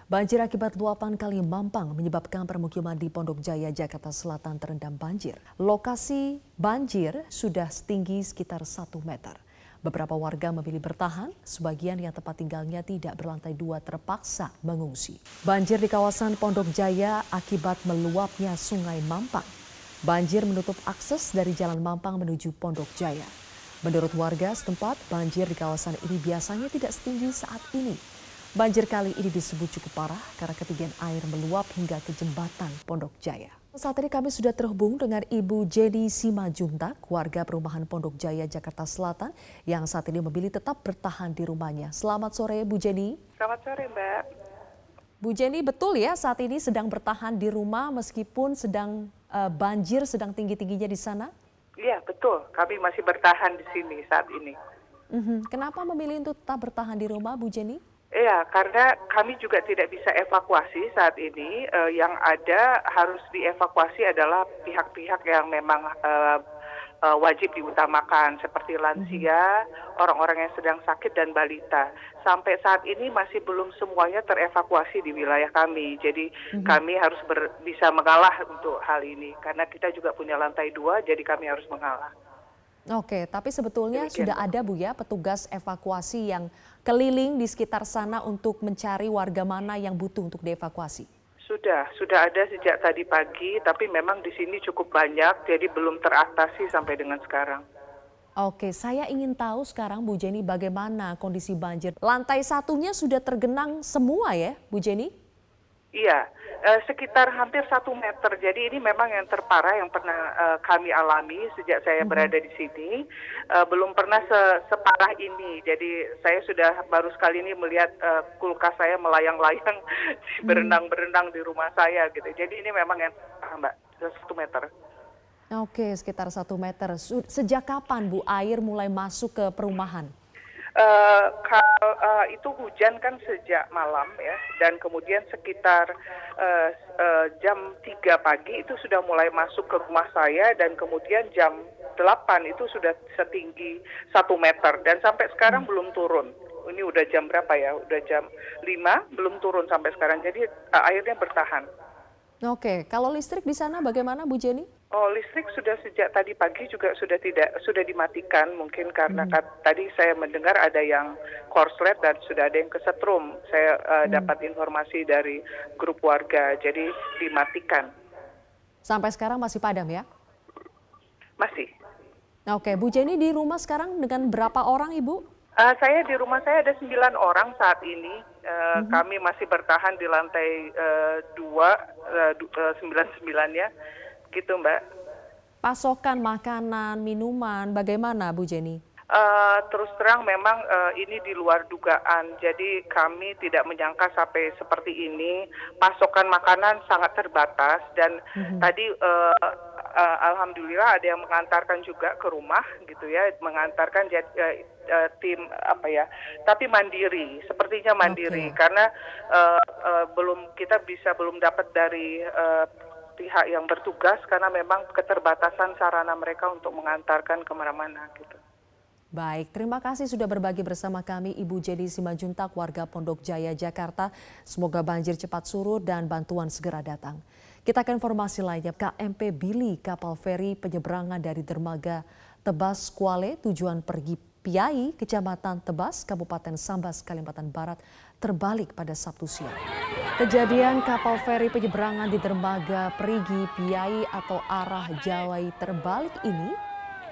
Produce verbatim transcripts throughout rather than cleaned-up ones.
Banjir akibat luapan Kali Mampang menyebabkan permukiman di Pondok Jaya, Jakarta Selatan terendam banjir. Lokasi banjir sudah setinggi sekitar satu meter. Beberapa warga memilih bertahan, sebagian yang tempat tinggalnya tidak berlantai dua terpaksa mengungsi. Banjir di kawasan Pondok Jaya akibat meluapnya Sungai Mampang. Banjir menutup akses dari Jalan Mampang menuju Pondok Jaya. Menurut warga setempat, banjir di kawasan ini biasanya tidak setinggi saat ini. Banjir kali ini disebut cukup parah karena ketinggian air meluap hingga ke jembatan Pondok Jaya. Saat ini kami sudah terhubung dengan Ibu Jenny Simajuntak, warga perumahan Pondok Jaya, Jakarta Selatan, yang saat ini memilih tetap bertahan di rumahnya. Selamat sore, Bu Jenny. Selamat sore, Mbak. Bu Jenny, betul ya saat ini sedang bertahan di rumah meskipun sedang uh, banjir sedang tinggi-tingginya di sana? Iya, betul. Kami masih bertahan di sini saat ini. Mm-hmm. Kenapa memilih untuk tetap bertahan di rumah, Bu Jenny? Iya, karena kami juga tidak bisa evakuasi saat ini. Uh, yang ada harus dievakuasi adalah pihak-pihak yang memang uh, uh, wajib diutamakan, seperti lansia, orang-orang yang sedang sakit, dan balita. Sampai saat ini masih belum semuanya terevakuasi di wilayah kami. Jadi mm-hmm. kami harus ber, bisa mengalah untuk hal ini. Karena kita juga punya lantai dua, jadi kami harus mengalah. Oke, tapi sebetulnya Demikian, sudah ada Bu ya petugas evakuasi yang keliling di sekitar sana untuk mencari warga mana yang butuh untuk dievakuasi? Sudah, sudah ada sejak tadi pagi, tapi memang di sini cukup banyak, jadi belum teratasi sampai dengan sekarang. Oke, saya ingin tahu sekarang Bu Jenny bagaimana kondisi banjir. Lantai satunya sudah tergenang semua ya Bu Jenny? Iya, eh, sekitar hampir satu meter. Jadi ini memang yang terparah yang pernah eh, kami alami sejak saya mm-hmm. berada di sini. Eh, belum pernah se separah ini. Jadi saya sudah baru sekali ini melihat eh, kulkas saya melayang-layang, berenang-berenang di rumah saya gitu. Jadi ini memang yang terparah, Mbak, satu meter. Oke, sekitar satu meter. Sejak kapan Bu air mulai masuk ke perumahan? Uh, kalau uh, itu hujan kan sejak malam ya, dan kemudian sekitar uh, uh, jam tiga pagi itu sudah mulai masuk ke rumah saya, dan kemudian jam delapan itu sudah setinggi satu meter, dan sampai sekarang hmm. belum turun. Ini udah jam berapa ya? Udah jam lima, belum turun sampai sekarang, jadi uh, airnya bertahan. Oke, kalau listrik di sana bagaimana Bu Jenny? Oh, listrik sudah sejak tadi pagi juga sudah tidak sudah dimatikan, mungkin karena hmm. kat, tadi saya mendengar ada yang korslet dan sudah ada yang kesetrum. Saya uh, hmm. dapat informasi dari grup warga, jadi dimatikan. Sampai sekarang masih padam ya? Masih. Oke, Bu Jenny di rumah sekarang dengan berapa orang Ibu? Uh, saya di rumah saya ada sembilan orang saat ini. Uh, mm-hmm. Kami masih bertahan di lantai uh, dua, uh, uh, sembilan sembilan ya, gitu Mbak. Pasokan makanan, minuman, bagaimana Bu Jenny? Uh, terus terang memang uh, ini di luar dugaan, jadi kami tidak menyangka sampai seperti ini. Pasokan makanan sangat terbatas, dan mm-hmm. tadi uh, uh, alhamdulillah ada yang mengantarkan juga ke rumah gitu ya, mengantarkan uh, uh, tim apa ya, tapi mandiri, sepertinya mandiri, okay. karena uh, uh, belum kita bisa belum dapat dari uh, pihak yang bertugas karena memang keterbatasan sarana mereka untuk mengantarkan kemana-mana gitu. Baik, terima kasih sudah berbagi bersama kami Ibu Jenny Simajuntak, warga Pondok Jaya, Jakarta. Semoga banjir cepat surut dan bantuan segera datang. Kita ke informasi lainnya. K M P Billy, kapal feri penyeberangan dari dermaga Tebas Kuala tujuan pergi Piai, Kecamatan Tebas, Kabupaten Sambas, Kalimantan Barat, terbalik pada Sabtu siang. Kejadian kapal feri penyeberangan di dermaga Perigi Piai atau arah Jawai terbalik ini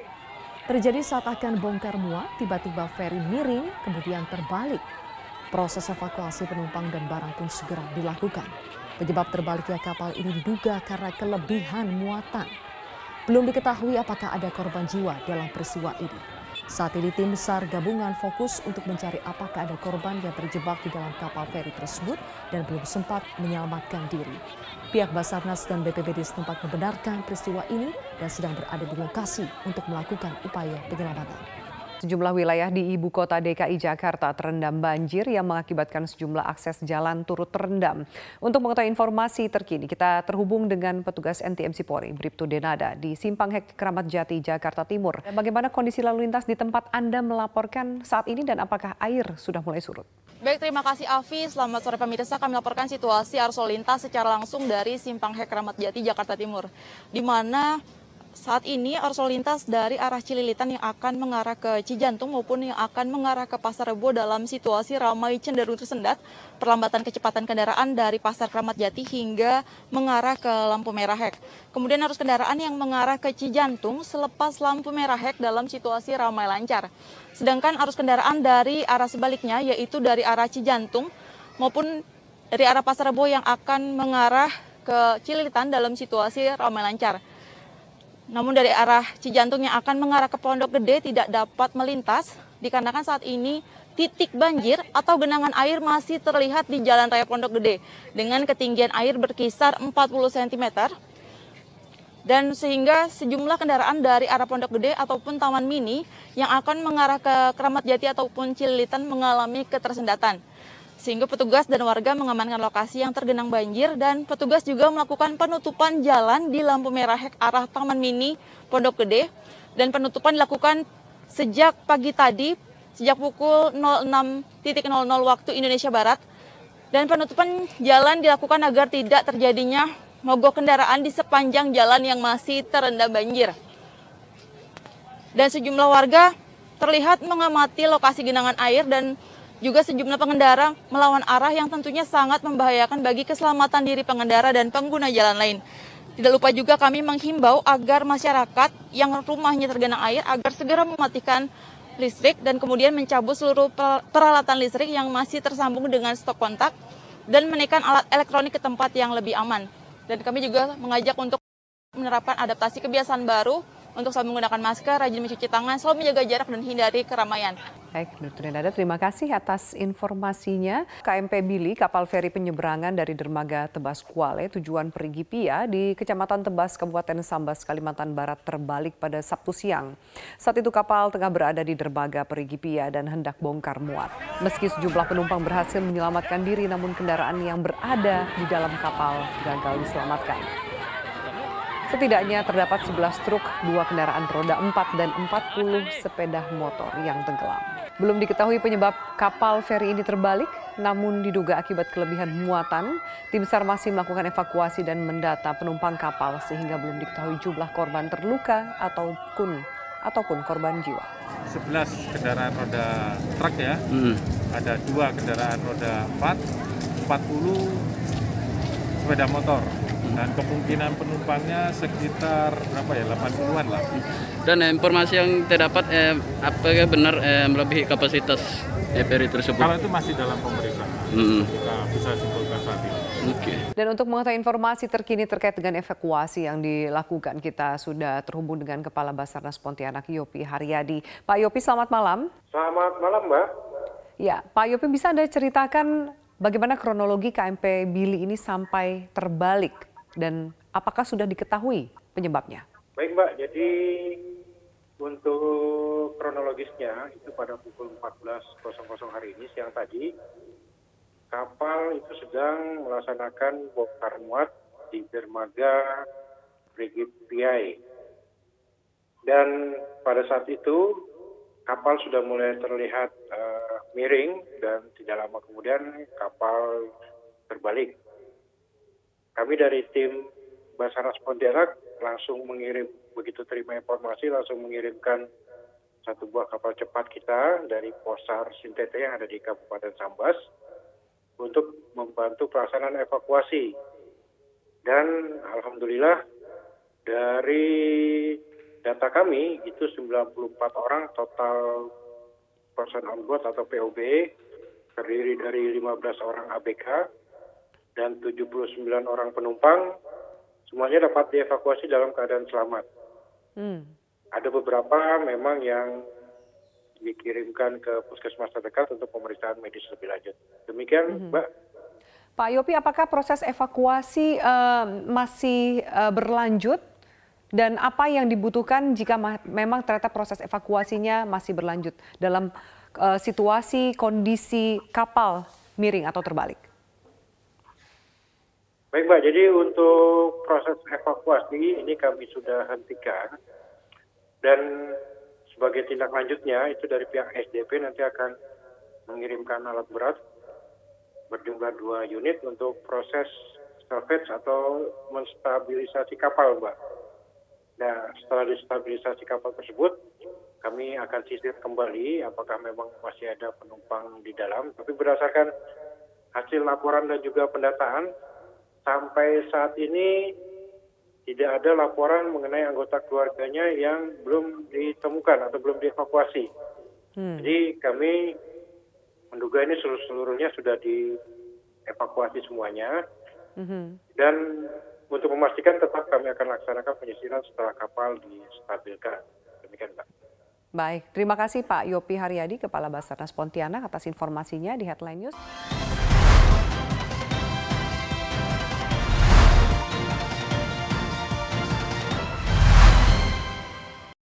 terjadi saat akan bongkar muat, tiba-tiba feri miring kemudian terbalik. Proses evakuasi penumpang dan barang pun segera dilakukan. Penyebab terbaliknya kapal ini diduga karena kelebihan muatan. Belum diketahui apakah ada korban jiwa dalam peristiwa ini. Saat ini tim SAR gabungan fokus untuk mencari apakah ada korban yang terjebak di dalam kapal feri tersebut dan belum sempat menyelamatkan diri. Pihak Basarnas dan B P B D setempat membenarkan peristiwa ini dan sedang berada di lokasi untuk melakukan upaya penyelamatan. Sejumlah wilayah di ibu kota D K I Jakarta terendam banjir yang mengakibatkan sejumlah akses jalan turut terendam. Untuk mengetahui informasi terkini, kita terhubung dengan petugas N T M C Polri, Bribtu Denada di Simpang Hek Kramat Jati, Jakarta Timur. Bagaimana kondisi lalu lintas di tempat Anda melaporkan saat ini dan apakah air sudah mulai surut? Baik, terima kasih Afi. Selamat sore pemirsa. Kami laporkan situasi arus lalu lintas secara langsung dari Simpang Hek Kramat Jati, Jakarta Timur. Di mana saat ini arus lalu lintas dari arah Cililitan yang akan mengarah ke Cijantung maupun yang akan mengarah ke Pasar Rebo dalam situasi ramai cenderung tersendat. Perlambatan kecepatan kendaraan dari Pasar Kramat Jati hingga mengarah ke lampu merah Hek. Kemudian arus kendaraan yang mengarah ke Cijantung selepas lampu merah Hek dalam situasi ramai lancar. Sedangkan arus kendaraan dari arah sebaliknya yaitu dari arah Cijantung maupun dari arah Pasar Rebo yang akan mengarah ke Cililitan dalam situasi ramai lancar. Namun dari arah Cijantung yang akan mengarah ke Pondok Gede tidak dapat melintas dikarenakan saat ini titik banjir atau genangan air masih terlihat di Jalan Raya Pondok Gede dengan ketinggian air berkisar empat puluh sentimeter. Dan sehingga sejumlah kendaraan dari arah Pondok Gede ataupun Taman Mini yang akan mengarah ke Kramat Jati ataupun Cililitan mengalami ketersendatan. Sehingga petugas dan warga mengamankan lokasi yang tergenang banjir dan petugas juga melakukan penutupan jalan di lampu merah Hek arah Taman Mini Pondok Gede. Dan penutupan dilakukan sejak pagi tadi, sejak pukul nol enam nol nol waktu Indonesia Barat. Dan penutupan jalan dilakukan agar tidak terjadinya mogok kendaraan di sepanjang jalan yang masih terendam banjir. Dan sejumlah warga terlihat mengamati lokasi genangan air dan juga sejumlah pengendara melawan arah yang tentunya sangat membahayakan bagi keselamatan diri pengendara dan pengguna jalan lain. Tidak lupa juga kami menghimbau agar masyarakat yang rumahnya tergenang air agar segera mematikan listrik dan kemudian mencabut seluruh peralatan listrik yang masih tersambung dengan stop kontak dan menaikkan alat elektronik ke tempat yang lebih aman. Dan kami juga mengajak untuk menerapkan adaptasi kebiasaan baru untuk selalu menggunakan masker, rajin mencuci tangan, selalu menjaga jarak dan hindari keramaian. Baik, Dokter Nada, terima kasih atas informasinya. K M P Billy, kapal feri penyeberangan dari dermaga Tebas Kuala, tujuan Perigi Pia di Kecamatan Tebas, Kabupaten Sambas, Kalimantan Barat terbalik pada Sabtu siang. Saat itu kapal tengah berada di dermaga Perigi Pia dan hendak bongkar muat. Meski sejumlah penumpang berhasil menyelamatkan diri, namun kendaraan yang berada di dalam kapal gagal diselamatkan. Setidaknya terdapat sebelas truk, dua kendaraan roda empat, dan empat puluh sepeda motor yang tenggelam. Belum diketahui penyebab kapal feri ini terbalik, namun diduga akibat kelebihan muatan. Tim SAR masih melakukan evakuasi dan mendata penumpang kapal sehingga belum diketahui jumlah korban terluka ataupun ataupun korban jiwa. sebelas kendaraan roda truk ya, hmm. ada dua kendaraan roda empat, empat puluh sepeda motor. Dan kemungkinan penumpangnya sekitar berapa ya, delapan puluhan lah. Dan eh, informasi yang terdapat, eh, apakah benar eh, melebihi kapasitas eh, feri tersebut? Kalau itu masih dalam pemeriksaan, hmm. kita bisa simpulkan saat ini. Okay. Dan untuk mengetahui informasi terkini terkait dengan evakuasi yang dilakukan, kita sudah terhubung dengan Kepala Basarnas Pontianak Yopi Haryadi. Pak Yopi, selamat malam. Selamat malam, Mbak. Ya, Pak Yopi, bisa Anda ceritakan bagaimana kronologi K M P Billy ini sampai terbalik? Dan apakah sudah diketahui penyebabnya? Baik Mbak, jadi untuk kronologisnya itu pada pukul empat belas hari ini, siang tadi, kapal itu sedang melaksanakan bongkar muat di dermaga Perigi Pia. Dan pada saat itu kapal sudah mulai terlihat uh, miring dan tidak lama kemudian kapal terbalik. Kami dari tim Basarnas Pontianak langsung mengirim, begitu terima informasi, langsung mengirimkan satu buah kapal cepat kita dari Posar Sintete yang ada di Kabupaten Sambas untuk membantu pelaksanaan evakuasi. Dan alhamdulillah dari data kami itu sembilan puluh empat orang total person on board atau P O B, terdiri dari lima belas orang A B K dan tujuh puluh sembilan orang penumpang, semuanya dapat dievakuasi dalam keadaan selamat. Hmm. Ada beberapa memang yang dikirimkan ke puskesmas terdekat untuk pemeriksaan medis lebih lanjut. Demikian, hmm. Mbak. Pak Yopi, apakah proses evakuasi uh, masih uh, berlanjut? Dan apa yang dibutuhkan jika memang ternyata proses evakuasinya masih berlanjut dalam uh, situasi kondisi kapal miring atau terbalik? Baik Mbak, jadi untuk proses evakuasi ini kami sudah hentikan dan sebagai tindak lanjutnya itu dari pihak S D P nanti akan mengirimkan alat berat berjumlah dua unit untuk proses salvage atau menstabilisasi kapal, Mbak. Nah, setelah distabilisasi kapal tersebut, kami akan sisir kembali apakah memang masih ada penumpang di dalam. Tapi berdasarkan hasil laporan dan juga pendataan, sampai saat ini tidak ada laporan mengenai anggota keluarganya yang belum ditemukan atau belum dievakuasi. Hmm. Jadi kami menduga ini seluruh-seluruhnya sudah dievakuasi semuanya. Hmm. Dan untuk memastikan tetap kami akan laksanakan penyisiran setelah kapal distabilkan. Demikian, Pak. Baik, terima kasih Pak Yopi Haryadi, Kepala Basarnas Pontianak atas informasinya di Headline News.